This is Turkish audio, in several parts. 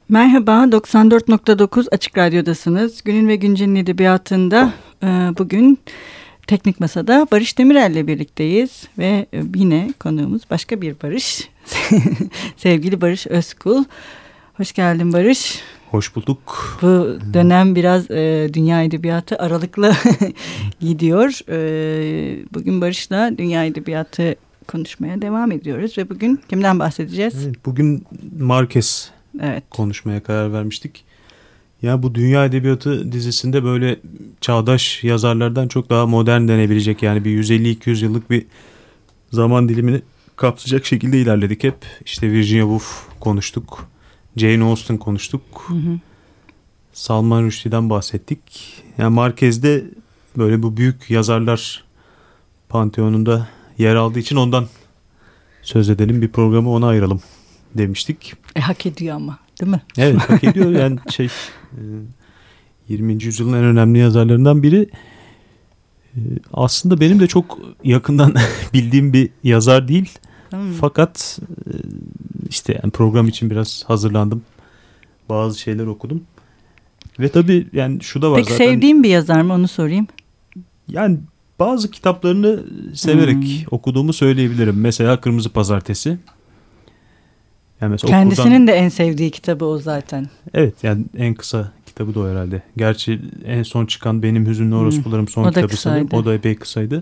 Merhaba, 94.9 Açık Radyo'dasınız. Günün ve Güncel'in edebiyatında bugün Teknik Masa'da Barış Demirel'le birlikteyiz. Ve yine konuğumuz başka bir Barış, sevgili Barış Özkul. Hoş geldin Barış. Hoş bulduk. Bu dönem biraz dünya edebiyatı aralıklı gidiyor. Bugün Barış'la dünya edebiyatı konuşmaya devam ediyoruz. Ve bugün kimden bahsedeceğiz? Evet, bugün Marquez konuşmaya karar vermiştik. Ya bu Dünya Edebiyatı dizisinde böyle çağdaş yazarlardan çok daha modern denebilecek, yani bir 150-200 yıllık bir zaman dilimini kapsayacak şekilde ilerledik hep. İşte Virginia Woolf konuştuk. Jane Austen konuştuk. Hı hı. Salman Rushdie'den bahsettik. Yani Marquez'de böyle bu büyük yazarlar panteonunda yer aldığı için ondan söz edelim. Bir programı ona ayıralım demiştik. Hak ediyor ama, değil mi? Evet, hak ediyor. Yani 20. yüzyılın en önemli yazarlarından biri. Aslında benim de çok yakından bildiğim bir yazar değil. Fakat işte yani program için biraz hazırlandım. Bazı şeyler okudum. Ve tabii yani şu da var. Peki zaten. Sevdiğim bir yazar mı, onu sorayım. Yani bazı kitaplarını severek okuduğumu söyleyebilirim. Mesela Kırmızı Pazartesi. Yani kendisinin de en sevdiği kitabı o zaten. Evet, yani en kısa kitabı da o herhalde. Gerçi en son çıkan Benim Hüzünlü Orospularım son kitabı sanırım. O da epey kısaydı.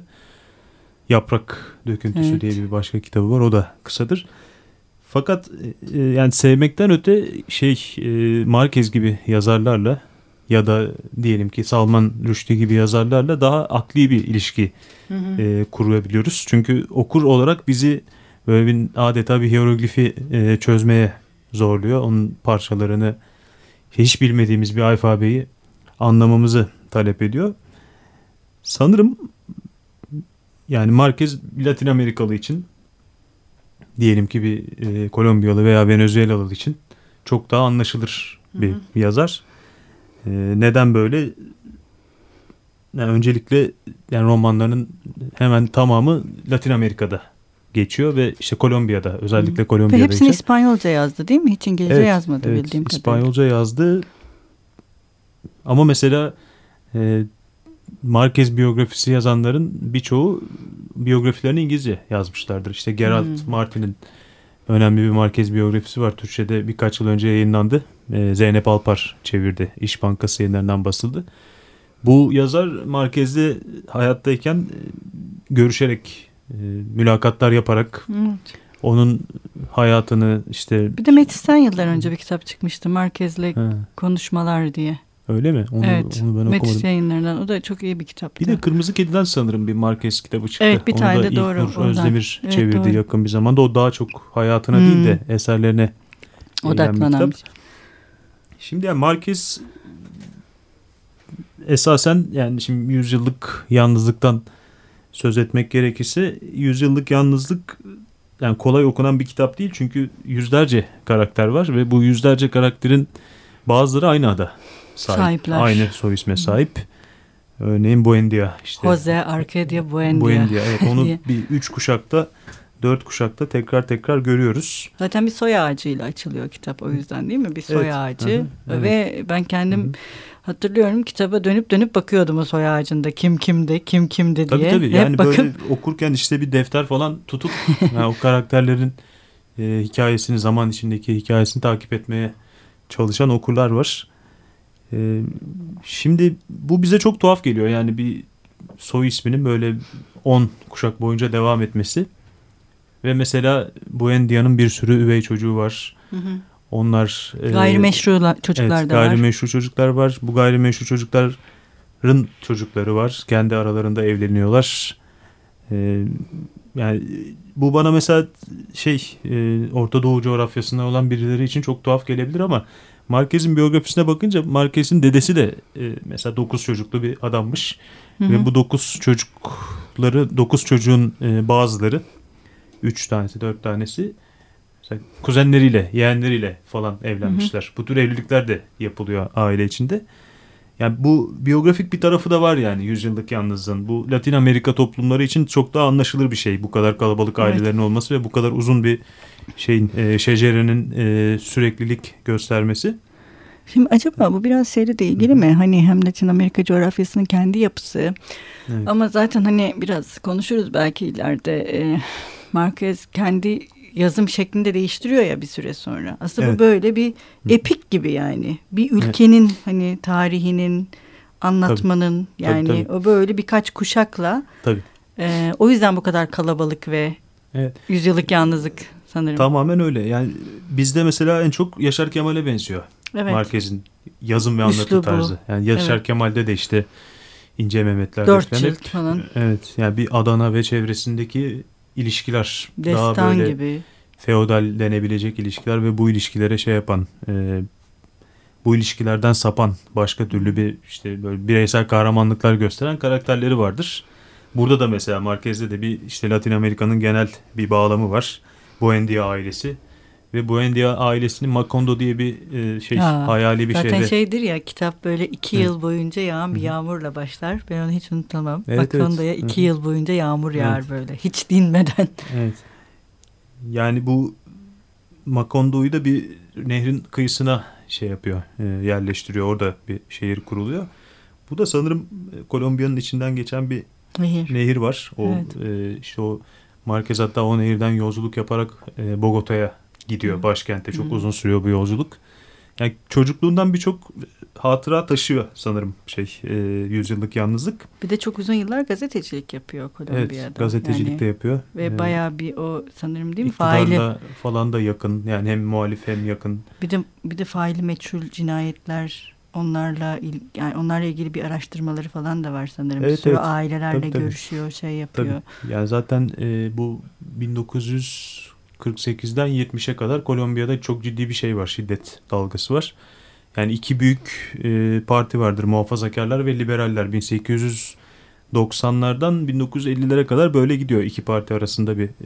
Yaprak Döküntüsü diye bir başka kitabı var. O da kısadır. Fakat yani sevmekten öte Marquez gibi yazarlarla ya da diyelim ki Salman Rushdie gibi yazarlarla daha akli bir ilişki kurabiliyoruz. Çünkü okur olarak bizi böyle bir adeta bir hieroglifi çözmeye zorluyor. Onun parçalarını, hiç bilmediğimiz bir alfabeyi anlamamızı talep ediyor. Sanırım yani Marquez Latin Amerikalı için, diyelim ki bir Kolombiyalı veya Venezuelalı için çok daha anlaşılır bir yazar. Neden böyle? Yani öncelikle yani romanlarının hemen tamamı Latin Amerika'da geçiyor ve işte Kolombiya'da, özellikle Kolombiya'da. Ve hepsini İspanyolca yazdı değil mi? Hiç İngilizce yazmadı bildiğim kadarıyla. İspanyolca yazdı. Ama mesela Marquez biyografisi yazanların birçoğu biyografilerini İngilizce yazmışlardır. İşte Gerald Martin'in önemli bir Marquez biyografisi var. Türkçe'de birkaç yıl önce yayınlandı. Zeynep Alpar çevirdi. İş Bankası yayınlarından basıldı. Bu yazar Marquez'le hayattayken görüşerek, mülakatlar yaparak onun hayatını işte... Bir de Metis'ten yıllar önce bir kitap çıkmıştı, Marquez'le konuşmalar diye. Öyle mi? Onu ben okumadım. Metis yayınlarından. O da çok iyi bir kitaptı. Bir de Kırmızı Kedi'den sanırım bir Marquez kitabı çıktı. Evet, bir tane de doğru. İlknur Özdemir çevirdi yakın bir zamanda. O daha çok hayatına değil de eserlerine odaklanan bir kitap. Şimdi yani Marquez esasen, yani şimdi 100 yıllık yalnızlıktan söz etmek gerekirse, 100 yıllık yalnızlık yani kolay okunan bir kitap değil. Çünkü yüzlerce karakter var ve bu yüzlerce karakterin bazıları aynı ada sahipler. Aynı soy isme sahip. Örneğin Buendia, işte Jose Arcadia Buendia. Buendia, evet, onu bir 3 kuşakta, 4 kuşakta tekrar görüyoruz. Zaten bir soy ağacıyla açılıyor kitap, o yüzden değil mi? Bir soy ağacı. Ve ben kendim hatırlıyorum, kitaba dönüp bakıyordum o soy ağacında kim kimdi diye. Tabii. Yani böyle okurken işte bir defter falan tutup yani o karakterlerin hikayesini, zaman içindeki hikayesini takip etmeye çalışan okurlar var. Şimdi bu bize çok tuhaf geliyor. Yani bir soy isminin böyle 10 kuşak boyunca devam etmesi. Ve mesela Buendia'nın bir sürü üvey çocuğu var. Onlar gayrimeşru çocuklar da var. Gayrimeşru çocuklar var. Bu gayrimeşru çocukların çocukları var. Kendi aralarında evleniyorlar. Yani bu bana mesela Orta Doğu coğrafyasında olan birileri için çok tuhaf gelebilir ama Marquez'in biyografisine bakınca Marquez'in dedesi de mesela 9 çocuklu bir adammış. Ve bu 9 çocuğun bazıları, 3 tanesi 4 tanesi kuzenleriyle, yeğenleriyle falan evlenmişler. Bu tür evlilikler de yapılıyor aile içinde. Yani bu biyografik bir tarafı da var yani Yüzyıllık Yalnızlığın. Bu Latin Amerika toplumları için çok daha anlaşılır bir şey. Bu kadar kalabalık ailelerin olması ve bu kadar uzun bir şecerenin süreklilik göstermesi. Şimdi acaba bu biraz şeyle de ilgili mi? Hani hem Latin Amerika coğrafyasının kendi yapısı. Evet. Ama zaten hani biraz konuşuruz belki ileride. Marquez kendi yazım şeklinde değiştiriyor ya bir süre sonra. Aslında bu böyle bir epik gibi yani. Bir ülkenin hani tarihinin, anlatmanın tabii. O böyle birkaç kuşakla. Tabii. O yüzden bu kadar kalabalık ve yüzyıllık yalnızlık sanırım. Tamamen öyle. Yani bizde mesela en çok Yaşar Kemal'e benziyor. Evet. Marquez'in yazım ve anlatı tarzı. Yani Yaşar Kemal'de de işte İnce Mehmetler 4 cilt falan. Evet. Yani bir Adana ve çevresindeki ilişkiler. Destan daha böyle gibi. Feodal denebilecek ilişkiler ve bu ilişkilere yapan, bu ilişkilerden sapan başka türlü bir işte böyle bireysel kahramanlıklar gösteren karakterleri vardır. Burada da mesela Marquez'de de bir işte Latin Amerika'nın genel bir bağlamı var. Buendia ailesi ve Buendia ailesinin Macondo diye bir hayali bir şehre. Zaten şeydir ya kitap böyle 2 yıl boyunca yağan bir yağmurla başlar. Ben onu hiç unutamam. Macondo'ya 2 yıl boyunca yağmur yağar böyle hiç dinmeden. Evet. Yani bu Macondo'yu da bir nehrin kıyısına yapıyor, yerleştiriyor. Orada bir şehir kuruluyor. Bu da sanırım Kolombiya'nın içinden geçen bir nehir var. İşte o Marquez hatta o nehirden yolculuk yaparak Bogota'ya gidiyor, başkente. Çok uzun sürüyor bu yolculuk. Yani çocukluğundan birçok hatıra taşıyor sanırım Yüzyıllık Yalnızlık. Bir de çok uzun yıllar gazetecilik yapıyor Kolombiya'da. Evet, gazetecilik de yapıyor. Ve bayağı bir o sanırım değil mi? İktidarla falan da yakın. Yani hem muhalif hem yakın. Bir de faili meçhul cinayetler onlarla ilgili bir araştırmaları falan da var sanırım. Bir sürü ailelerle görüşüyor, yapıyor. Tabii. Yani zaten bu 1948'den 70'e kadar Kolombiya'da çok ciddi bir var. Şiddet dalgası var. Yani iki büyük parti vardır. Muhafazakarlar ve liberaller. 1890'lardan 1950'lere kadar böyle gidiyor. İki parti arasında bir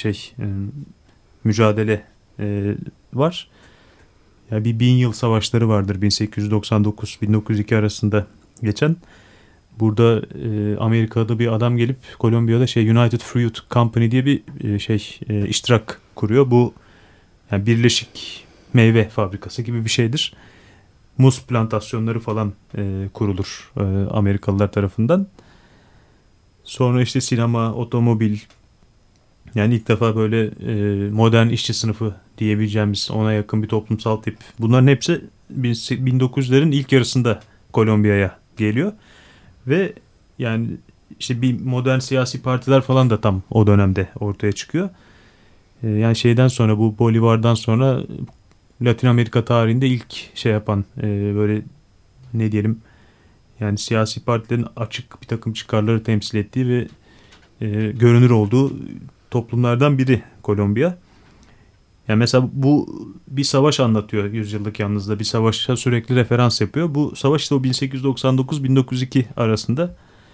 mücadele var. Yani bir 1000 yıl savaşları vardır 1899-1902 arasında geçen. Burada Amerika'da bir adam gelip Kolombiya'da United Fruit Company diye bir iştirak kuruyor. Bu yani birleşik meyve fabrikası gibi bir şeydir. Muz plantasyonları falan kurulur Amerikalılar tarafından. Sonra sinema, otomobil, yani ilk defa böyle modern işçi sınıfı diyebileceğimiz ona yakın bir toplumsal tip. Bunların hepsi 1900'lerin ilk yarısında Kolombiya'ya geliyor. Ve yani bir modern siyasi partiler falan da tam o dönemde ortaya çıkıyor. Yani şeyden sonra bu Bolivar'dan sonra Latin Amerika tarihinde ilk yapan böyle ne diyelim yani siyasi partilerin açık bir takım çıkarları temsil ettiği ve görünür olduğu toplumlardan biri Kolombiya. Yani mesela bu bir savaş anlatıyor Yüzyıllık Yalnızlık'ta. Bir savaşa sürekli referans yapıyor. Bu savaş da o 1899-1902 arasında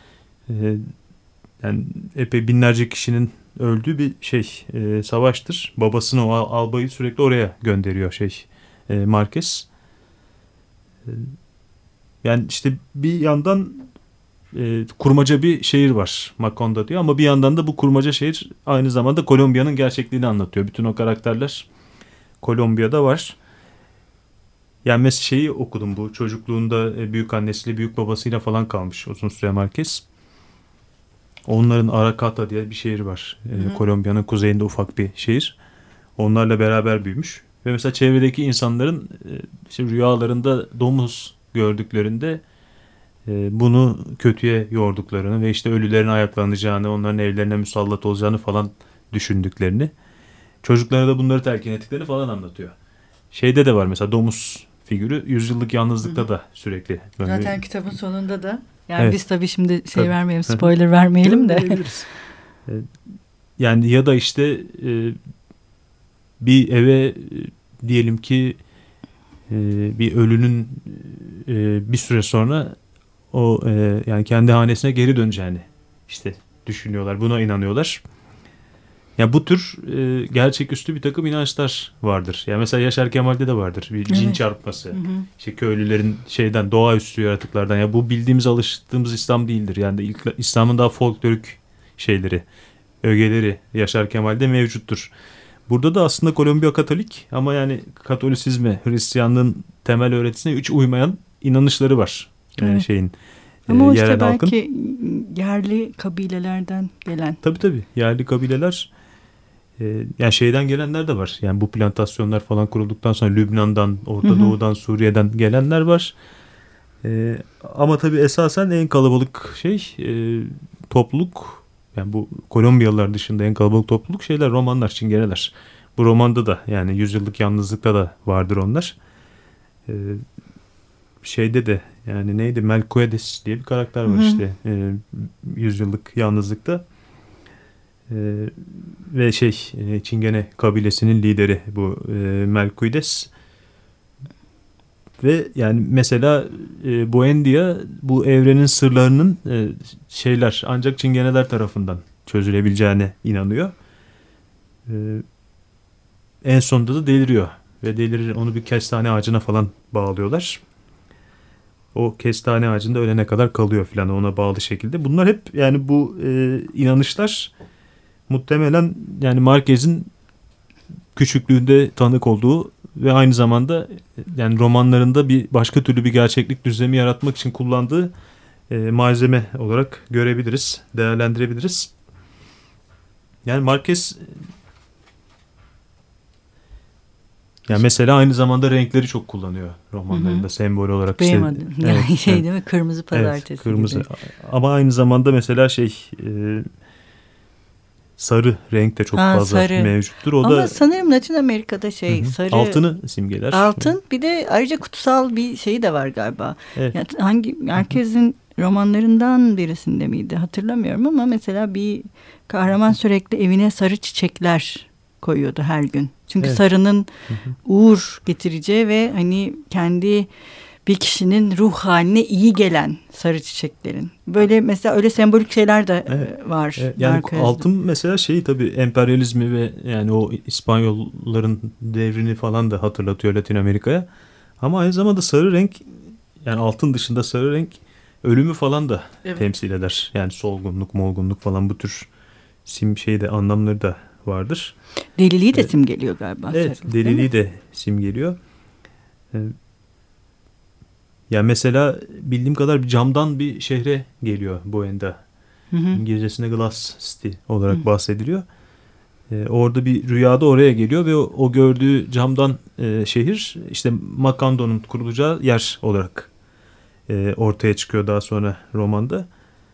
yani epey binlerce kişinin öldüğü bir savaştır. Babasını o albayı sürekli oraya gönderiyor Marquez. Yani bir yandan kurmaca bir şehir var Macondo diyor ama bir yandan da bu kurmaca şehir aynı zamanda Kolombiya'nın gerçekliğini anlatıyor. Bütün o karakterler Kolombiya'da var. Yani mesela okudum, bu çocukluğunda büyük annesiyle büyük babasıyla falan kalmış uzun süre Marquez. Onların Aracata diye bir şehir var. Kolombiya'nın kuzeyinde ufak bir şehir. Onlarla beraber büyümüş. Ve mesela çevredeki insanların rüyalarında domuz gördüklerinde bunu kötüye yorduklarını ve ölülerin ayaklanacağını, onların evlerine musallat olacağını falan düşündüklerini, çocuklara da bunları telkin ettiklerini falan anlatıyor. Şeyde de var mesela domuz figürü Yüzyıllık Yalnızlık'ta da sürekli. Zaten kitabın sonunda da yani biz tabii şimdi vermeyelim, spoiler vermeyelim de. Yani ya da bir eve diyelim ki bir ölünün bir süre sonra o yani kendi hanesine geri döneceğini düşünüyorlar. Buna inanıyorlar. Yani bu tür gerçeküstü bir takım inançlar vardır. Yani mesela Yaşar Kemal'de de vardır. Bir cin çarpması. İşte köylülerin doğaüstü yaratıklardan. Yani bu bildiğimiz, alıştığımız İslam değildir. Yani İslam'ın daha folklorik şeyleri, ögeleri Yaşar Kemal'de mevcuttur. Burada da aslında Kolombiya Katolik ama yani Katolisizme, Hristiyanlığın temel öğretisine hiç uymayan inanışları var. Evet. Ama yerel işte belki halkın, yerli kabilelerden gelen. Tabii yerli kabileler, yani şeyden gelenler de var. Yani bu plantasyonlar falan kurulduktan sonra Lübnan'dan, Orta Doğu'dan, Suriye'den gelenler var. Ama tabii esasen en kalabalık topluluk, yani bu Kolombiyalılar dışında en kalabalık topluluk Romanlar, Çingeneler. Bu romanda da yani Yüzyıllık Yalnızlık'ta da vardır onlar. Şeyde de yani neydi, Melquiades diye bir karakter var işte Yüzyıllık Yalnızlık'ta. Ve Çingene kabilesinin lideri bu Melquiades. Ve yani mesela Buendia bu evrenin sırlarının ancak Çingeneler tarafından çözülebileceğine inanıyor. En sonunda da deliriyor ve onu bir kestane ağacına falan bağlıyorlar. O kestane ağacında ölene kadar kalıyor falan, ona bağlı şekilde. Bunlar hep yani bu inanışlar muhtemelen yani Márquez'in küçüklüğünde tanık olduğu ve aynı zamanda yani romanlarında bir başka türlü bir gerçeklik düzlemi yaratmak için kullandığı malzeme olarak görebiliriz, değerlendirebiliriz. Yani Márquez yani mesela aynı zamanda renkleri çok kullanıyor romanlarında, sembol olarak. Beğenmedim. Yani değil mi? Kırmızı pazartesi. Evet, kırmızı gibi. Ama aynı zamanda mesela sarı renk de çok fazla mevcuttur. Ama sanırım Latin Amerika'da sarı. Altını simgeler. Altın, bir de ayrıca kutsal bir şeyi de var galiba. Evet. Yani herkesin romanlarından birisinde miydi hatırlamıyorum ama mesela bir kahraman sürekli evine sarı çiçekler koyuyordu her gün. Çünkü sarının uğur getireceği ve hani kendi bir kişinin ruh haline iyi gelen sarı çiçeklerin. Böyle mesela öyle sembolik şeyler de var. Yani altın mesela tabii emperyalizmi ve yani o İspanyolların devrini falan da hatırlatıyor Latin Amerika'ya. Ama aynı zamanda sarı renk, yani altın dışında sarı renk ölümü falan da temsil eder. Yani solgunluk, molgunluk falan, bu tür anlamları da vardır. Deliliği de simgeliyor galiba. Evet, deliliği de simgeliyor. Yani mesela bildiğim kadar bir camdan bir şehre geliyor Buenda. İngilizcesinde Glass City olarak bahsediliyor. Orada bir rüyada oraya geliyor ve o gördüğü camdan şehir işte Macondo'nun kurulacağı yer olarak ortaya çıkıyor daha sonra romanda.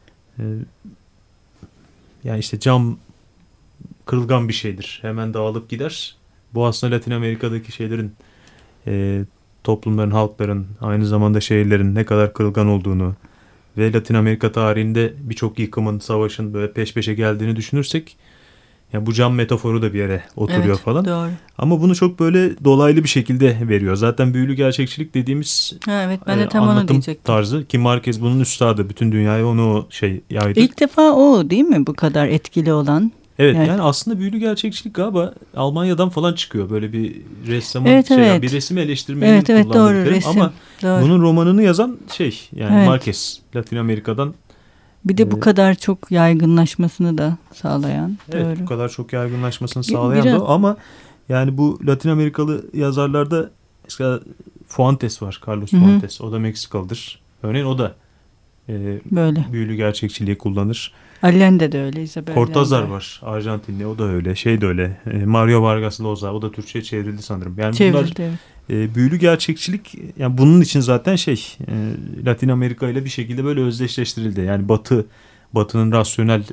Yani işte cam kırılgan bir şeydir. Hemen dağılıp gider. Bu aslında Latin Amerika'daki toplumların, halkların, aynı zamanda şehirlerin ne kadar kırılgan olduğunu ve Latin Amerika tarihinde birçok yıkımın, savaşın böyle peş peşe geldiğini düşünürsek, yani bu cam metaforu da bir yere oturuyor falan. Doğru. Ama bunu çok böyle dolaylı bir şekilde veriyor. Zaten büyülü gerçekçilik dediğimiz ben de tam anlatım tarzı ki Márquez bunun üstadı. Bütün dünyaya onu yaydı. İlk defa o değil mi bu kadar etkili olan? Evet, yani aslında büyülü gerçekçilik galiba Almanya'dan falan çıkıyor. Böyle bir ressamın bir resim eleştirmenin kullandığı ama bunun romanını yazan Márquez, Latin Amerika'dan. Bir de bu kadar çok yaygınlaşmasını da sağlayan. Evet, doğru. Bu kadar çok yaygınlaşmasını sağlayan da ama yani bu Latin Amerikalı yazarlarda mesela Fuentes var, Carlos Fuentes. O da Meksikalıdır. Örneğin o da böyle büyülü gerçekçiliği kullanır. Allende de öyle. Cortázar var, Arjantinli, o da öyle. De öyle. Mario Vargas Llosa, o da Türkçe'ye çevrildi sanırım. Yani bunlar büyülü gerçekçilik, yani bunun için zaten Latin Amerika ile bir şekilde böyle özdeşleştirildi. Yani Batı'nın rasyonel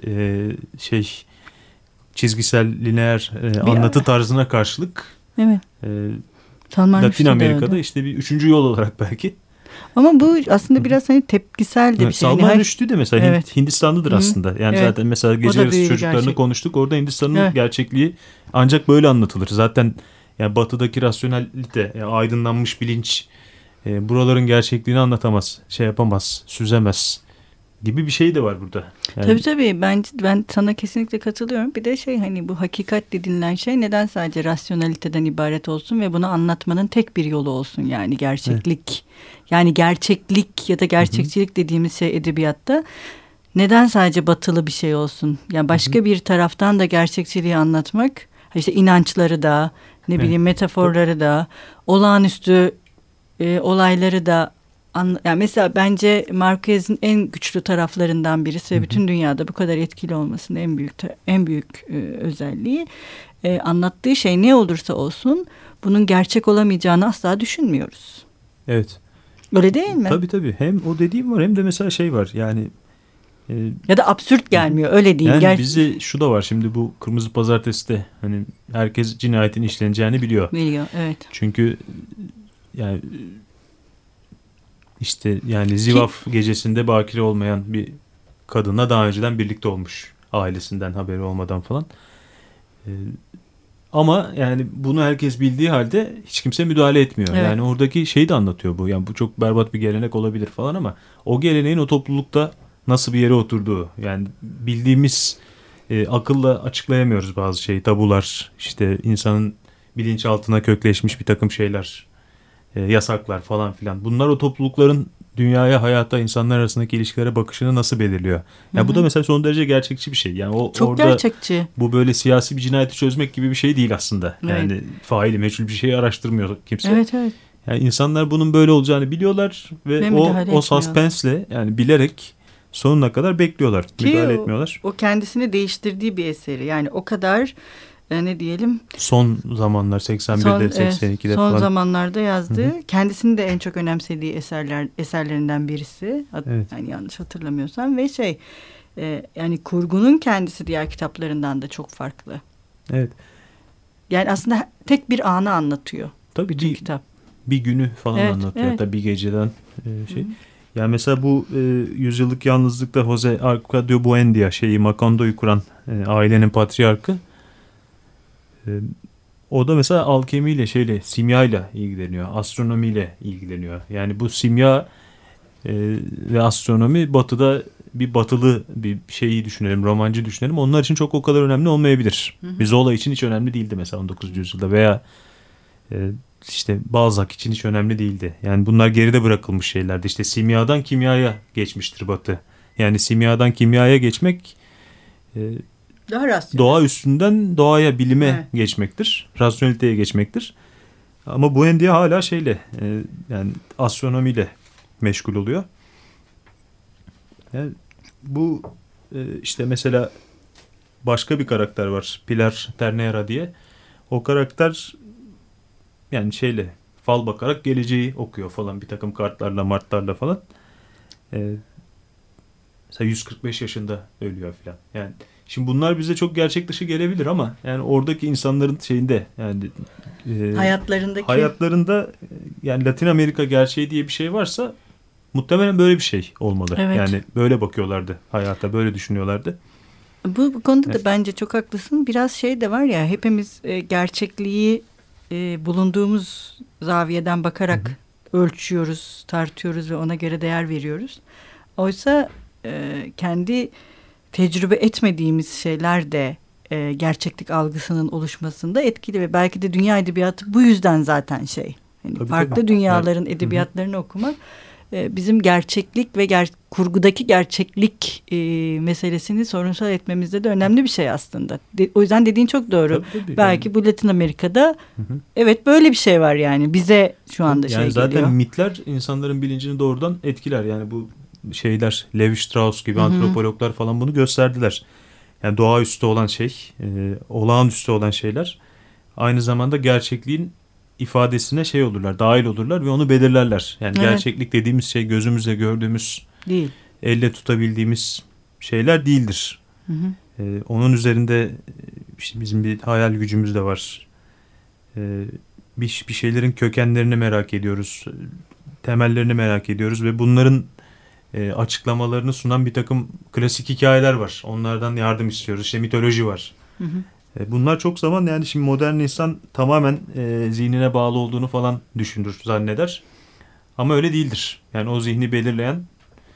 çizgisel lineer anlatı tarzına karşılık Latin Amerika'da bir üçüncü yol olarak belki. Ama bu aslında biraz tepkisel de bir şey. Salman Rushdie de mesela Hindistanlıdır aslında. Yani zaten mesela Gece Yarısı Çocuklarını konuştuk. Orada Hindistan'ın gerçekliği ancak böyle anlatılır. Zaten yani Batı'daki rasyonelite, aydınlanmış bilinç buraların gerçekliğini anlatamaz, yapamaz, süzemez. gibi bir şey de var burada. Yani... Tabii ben sana kesinlikle katılıyorum. Bir de hani bu hakikat denilen şey neden sadece rasyonaliteden ibaret olsun ve bunu anlatmanın tek bir yolu olsun, yani gerçeklik. Evet. Yani gerçeklik ya da gerçekçilik dediğimiz şey edebiyatta neden sadece batılı bir şey olsun? Yani başka bir taraftan da gerçekçiliği anlatmak, işte inançları da, ne bileyim metaforları da, olağanüstü olayları da. Yani mesela bence Marquez'in en güçlü taraflarından birisi ve bütün dünyada bu kadar etkili olmasının en büyük özelliği, anlattığı şey ne olursa olsun bunun gerçek olamayacağını asla düşünmüyoruz. Evet. Öyle değil mi? Tabii. Hem o dediğim var hem de mesela var yani. Ya da absürt gelmiyor, öyle değil. Yani bize şu da var şimdi, bu Kırmızı Pazartesi'de hani herkes cinayetin işleneceğini biliyor. Biliyor, evet. Çünkü yani İşte yani Zivaf gecesinde bakire olmayan bir kadınla daha önceden birlikte olmuş, ailesinden haberi olmadan falan. Ama yani bunu herkes bildiği halde hiç kimse müdahale etmiyor. Evet. Yani oradaki şeyi de anlatıyor bu. Yani bu çok berbat bir gelenek olabilir falan ama o geleneğin o toplulukta nasıl bir yere oturduğu. Yani bildiğimiz akılla açıklayamıyoruz bazı şeyi. Tabular, işte insanın bilinçaltına kökleşmiş bir takım şeyler. Yasaklar falan filan. Bunlar o toplulukların dünyaya, hayata, insanlar arasındaki ilişkilere bakışını nasıl belirliyor? Yani bu da mesela son derece gerçekçi bir şey. Yani çok orada gerçekçi. Bu böyle siyasi bir cinayeti çözmek gibi bir şey değil aslında. Evet. Yani faili meçhul bir şeyi araştırmıyor kimse. Evet. Yani insanlar bunun böyle olacağını biliyorlar ve o suspensle, yani bilerek sonuna kadar bekliyorlar. Müdahale etmiyorlar. O kendisini değiştirdiği bir eseri. Yani o kadar ne diyelim, son zamanlar 81'de 82'de son falan. zamanlarda yazdığı, kendisini de en çok önemsediği eserlerinden birisi. Evet. Yani yanlış hatırlamıyorsam ve yani kurgunun kendisi diğer kitaplarından da çok farklı. Evet. Yani aslında tek bir anı anlatıyor. Tabii bütün kitap. Bir günü falan anlatıyor. Evet. Hatta bir geceden şey. Yani mesela bu Yüzyıllık Yalnızlık'ta Jose Arcadio Buendia Macondo'yu kuran ailenin patriarkı. O da mesela alkemiyle simyayla ilgileniyor. Astronomiyle ilgileniyor. Yani bu simya ve astronomi batıda bir batılı bir şeyi düşünelim, romancı düşünelim. Onlar için çok o kadar önemli olmayabilir. Zola için hiç önemli değildi mesela 19. yüzyılda veya işte Balzac için hiç önemli değildi. Yani bunlar geride bırakılmış şeylerdi. İşte simyadan kimyaya geçmiştir Batı. Yani simyadan kimyaya geçmek daha rasyonel. Doğa üstünden doğaya, bilime geçmektir. Rasyoneliteye geçmektir. Ama Buendia hala yani astronomiyle meşgul oluyor. Yani bu işte mesela başka bir karakter var. Pilar Ternera diye. O karakter yani fal bakarak geleceği okuyor falan, bir takım kartlarla, martlarla falan. Mesela 145 yaşında ölüyor falan. Yani şimdi bunlar bize çok gerçek dışı gelebilir ama yani oradaki insanların yani hayatlarında yani Latin Amerika gerçeği diye bir şey varsa muhtemelen böyle bir şey olmalı. Evet. Yani böyle bakıyorlardı hayata, böyle düşünüyorlardı. Bu konuda da bence çok haklısın. Biraz de var ya, hepimiz gerçekliği bulunduğumuz zaviyeden bakarak ölçüyoruz, tartıyoruz ve ona göre değer veriyoruz. Oysa kendi tecrübe etmediğimiz şeyler de gerçeklik algısının oluşmasında etkili ve belki de dünya edebiyatı bu yüzden zaten farklı dünyaların edebiyatlarını okumak bizim gerçeklik ve kurgudaki gerçeklik meselesini sorunsal etmemizde de önemli bir şey aslında. O yüzden dediğin çok doğru. Tabii, belki bu Latin Amerika'da evet böyle bir şey var yani. Bize şu anda yani zaten geliyor. Mitler insanların bilincini doğrudan etkiler. Yani bu Levi Strauss gibi antropologlar falan bunu gösterdiler. Yani doğaüstü olan olağanüstü olan şeyler aynı zamanda gerçekliğin ifadesine olurlar, dahil olurlar ve onu belirlerler. Yani gerçeklik dediğimiz şey gözümüzle gördüğümüz, değil, elle tutabildiğimiz şeyler değildir. Onun üzerinde işte bizim bir hayal gücümüz de var. Bir şeylerin kökenlerini merak ediyoruz, temellerini merak ediyoruz ve bunların açıklamalarını sunan bir takım klasik hikayeler var. Onlardan yardım istiyoruz. İşte mitoloji var. Bunlar çok zaman yani şimdi modern insan tamamen zihnine bağlı olduğunu falan düşünür, zanneder. Ama öyle değildir. Yani o zihni belirleyen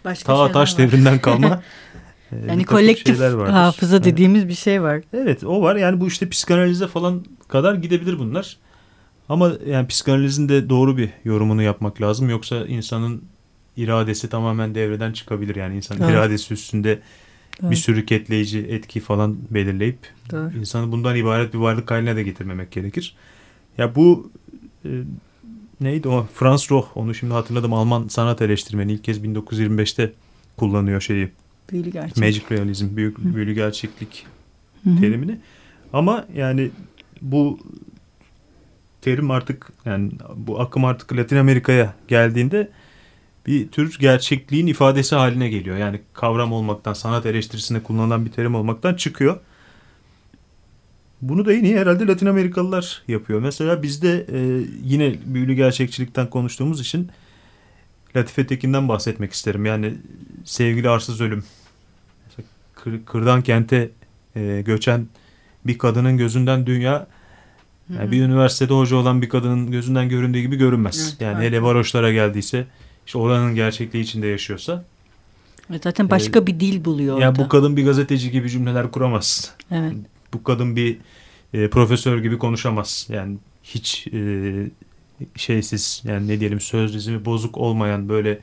taş devrinden kalma yani kolektif hafıza dediğimiz bir şey var. Evet, o var. Yani bu işte psikanalize falan kadar gidebilir bunlar. Ama yani psikanalizin de doğru bir yorumunu yapmak lazım. Yoksa insanın iradesi tamamen devreden çıkabilir. Yani insanın iradesi üstünde bir sürü ketleyici etki falan belirleyip insanı bundan ibaret bir varlık haline de getirmemek gerekir. Ya bu neydi o? Franz Roh, onu şimdi hatırladım, Alman sanat eleştirmeni, ilk kez 1925'te kullanıyor şeyi. Büyülü gerçek. Magic realizm, büyülü gerçeklik terimini. Ama yani bu terim artık, yani bu akım artık Latin Amerika'ya geldiğinde bir tür gerçekliğin ifadesi haline geliyor. Yani kavram olmaktan, sanat eleştirisinde kullanılan bir terim olmaktan çıkıyor. Bunu da yine herhalde Latin Amerikalılar yapıyor. Mesela bizde yine büyülü gerçekçilikten konuştuğumuz için Latife Tekin'den bahsetmek isterim. Yani Sevgili Arsız Ölüm. Mesela kırdan kente göçen bir kadının gözünden dünya, yani bir üniversitede hoca olan bir kadının gözünden göründüğü gibi görünmez. Evet, yani hele varoşlara geldiyse, işte oranın gerçekliği içinde yaşıyorsa. Zaten başka bir dil buluyor orada. Yani bu kadın bir gazeteci gibi cümleler kuramaz. Evet. Bu kadın bir profesör gibi konuşamaz. Yani hiç şeysiz, yani ne diyelim, söz dizimi bozuk olmayan, böyle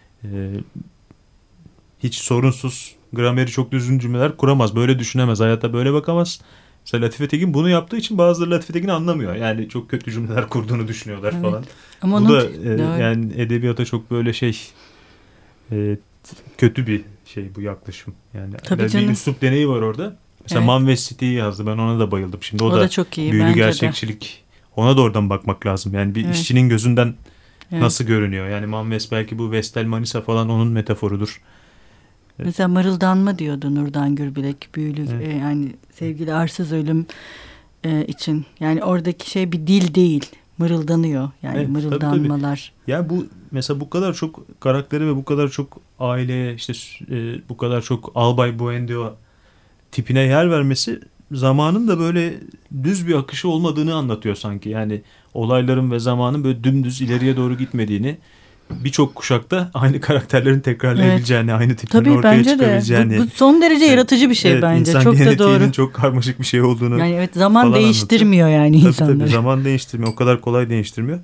hiç sorunsuz, grameri çok düzgün cümleler kuramaz. Böyle düşünemez. Hayata böyle bakamaz. Mesela Latife Tekin bunu yaptığı için bazıları Latife Tekin'i anlamıyor. Yani çok kötü cümleler kurduğunu düşünüyorlar falan. Ama bu da yani edebiyata çok böyle kötü bir şey bu yaklaşım. Yani bir üslup deneyi var orada. Mesela Manves City'yi yazdı. Ben ona da bayıldım. Şimdi o da çok iyi, büyülü gerçekçilik. De. Ona da oradan bakmak lazım. Yani bir işçinin gözünden nasıl görünüyor. Yani Manves belki bu Vestel Manisa falan onun metaforudur. Mesela mırıldanma diyordu Nurdan Gürbilek, büyülü yani Sevgili Arsız Ölüm için. Yani oradaki şey bir dil değil, mırıldanıyor. Yani mırıldanmalar. Tabii. Yani bu mesela bu kadar çok karakteri ve bu kadar çok aileye, işte bu kadar çok Albay Buendio tipine yer vermesi zamanın da böyle düz bir akışı olmadığını anlatıyor sanki. Yani olayların ve zamanın böyle dümdüz ileriye doğru gitmediğini, birçok kuşakta aynı karakterlerin tekrarlayabileceğini, aynı tiplerin ortaya çıkabileceğini. Bu son derece yaratıcı bir şey bence. İnsan çok da doğru. Çok karmaşık bir şey olduğunu. Yani zaman değiştirmiyor yani insanları. Tabii zaman değiştirmiyor. O kadar kolay değiştirmiyor.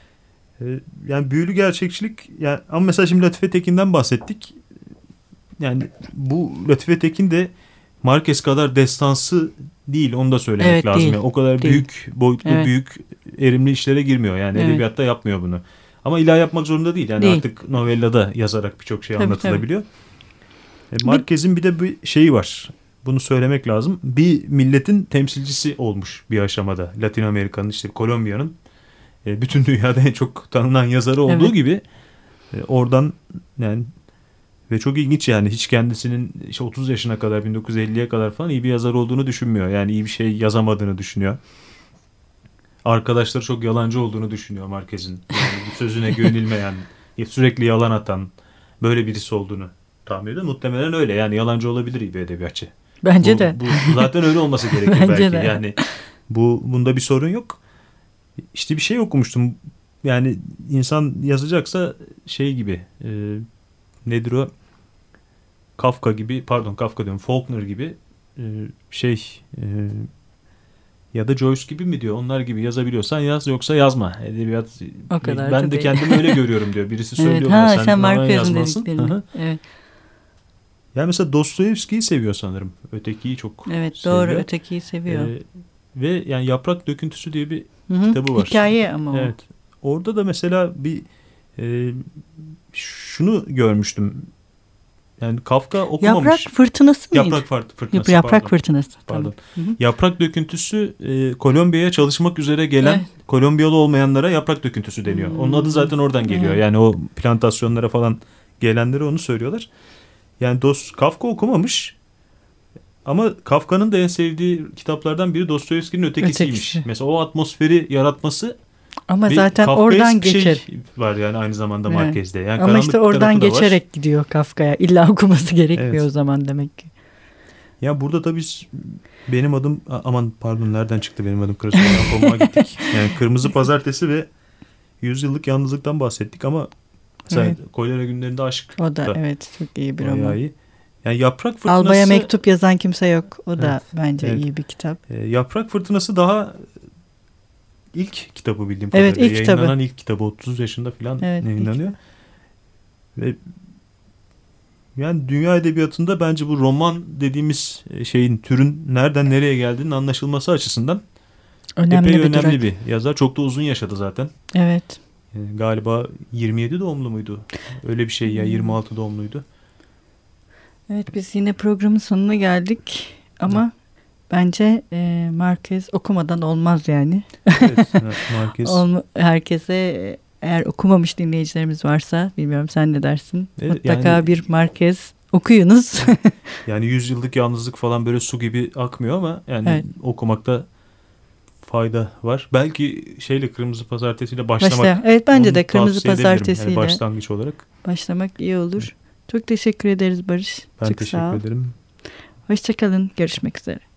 Yani büyülü gerçekçilik, yani ama mesela şimdi Latife Tekin'den bahsettik. Yani bu Latife Tekin de Marquez kadar destansı değil, onu da söylemek lazım. Yani o kadar büyük boyutlu, büyük erimli işlere girmiyor. Yani edebiyatta yapmıyor bunu. Ama illa yapmak zorunda değil. Yani artık novellada yazarak birçok şey anlatılabiliyor. Marquez'in bir de bir şeyi var. Bunu söylemek lazım. Bir milletin temsilcisi olmuş bir aşamada. Latin Amerika'nın, işte Kolombiya'nın bütün dünyada en çok tanınan yazarı olduğu gibi oradan yani, ve çok ilginç yani, hiç kendisinin işte 30 yaşına kadar, 1950'ye kadar falan iyi bir yazar olduğunu düşünmüyor. Yani iyi bir şey yazamadığını düşünüyor. Arkadaşları çok yalancı olduğunu düşünüyor Marquez'in. Yani sözüne güvenilmeyen, sürekli yalan atan, böyle birisi olduğunu tahmin ediyor. Muhtemelen öyle. Yani yalancı olabilir iyi bir edebiyatçı. Bence de. Bu zaten öyle olması gerekir belki. De. Yani bunda bir sorun yok. İşte bir şey okumuştum. Yani insan yazacaksa şey gibi, nedir o? Kafka gibi, Kafka diyorum, Faulkner gibi ya da Joyce gibi mi diyor? Onlar gibi yazabiliyorsan yaz, yoksa yazma. Edebiyat, o kadar ben de kendimi öyle görüyorum diyor. Birisi söylüyor bana, sen yazmasın. Evet. Yani mesela Dostoyevski'yi seviyor sanırım. Ötekiyi çok seviyor. Doğru, Ötekiyi seviyor. Ve yani Yaprak Döküntüsü diye bir kitabı var. Hikaye ama o. Evet. Orada da mesela bir şunu görmüştüm. Yani Kafka okumamış. Yaprak Fırtınası mıydı? Yaprak Fırtınası. Pardon. Yaprak Döküntüsü Kolombiya'ya çalışmak üzere gelen Kolombiyalı olmayanlara yaprak döküntüsü deniyor. Onun adı zaten oradan geliyor. Yani o plantasyonlara falan gelenlere onu söylüyorlar. Yani Kafka okumamış. Ama Kafka'nın da en sevdiği kitaplardan biri Dostoyevski'nin Ötekisiymiş. Mesela o atmosferi yaratması. Ama zaten oradan geçer. Şey var yani aynı zamanda Marquez'de. Yani ama işte oradan geçerek gidiyor Kafka'ya. İlla okuması gerekmiyor o zaman demek ki. Ya burada tabii benim adım, nereden çıktı benim adım? Kırmızı gittik. Yani Kırmızı Pazartesi ve 100 yıllık yalnızlıktan bahsettik ama Mesela Kolera Günlerinde Aşk. O da evet çok iyi bir roman. İyi. Yani Yaprak Fırtınası... Alba'ya mektup yazan kimse yok. O da bence iyi bir kitap. Yaprak Fırtınası daha ilk kitabı bildiğim kadarıyla. Evet, ilk yayınlanan kitabı. ilk kitabı 30 yaşında falan yayınlanıyor. Ve yani dünya edebiyatında bence bu roman dediğimiz türün nereden nereye geldiğinin anlaşılması açısından epey önemli bir yazar. Çok da uzun yaşadı zaten. Evet. Galiba 27 doğumlu muydu? Öyle bir şey ya, 26 doğumluydu. Evet, biz yine programın sonuna geldik ama bence Marquez okumadan olmaz yani. Evet, Marquez. Herkese, eğer okumamış dinleyicilerimiz varsa, bilmiyorum sen ne dersin? Evet, mutlaka yani, bir Marquez okuyunuz. Yani 100 yıllık yalnızlık falan böyle su gibi akmıyor ama yani okumakta fayda var. Belki Kırmızı Pazartesi'yle başlamak. Evet, bence de Kırmızı Pazartesi'yle yani başlangıç olarak başlamak iyi olur. Çok teşekkür ederiz Barış. Ben çok teşekkür ederim. Hoşçakalın. Görüşmek üzere.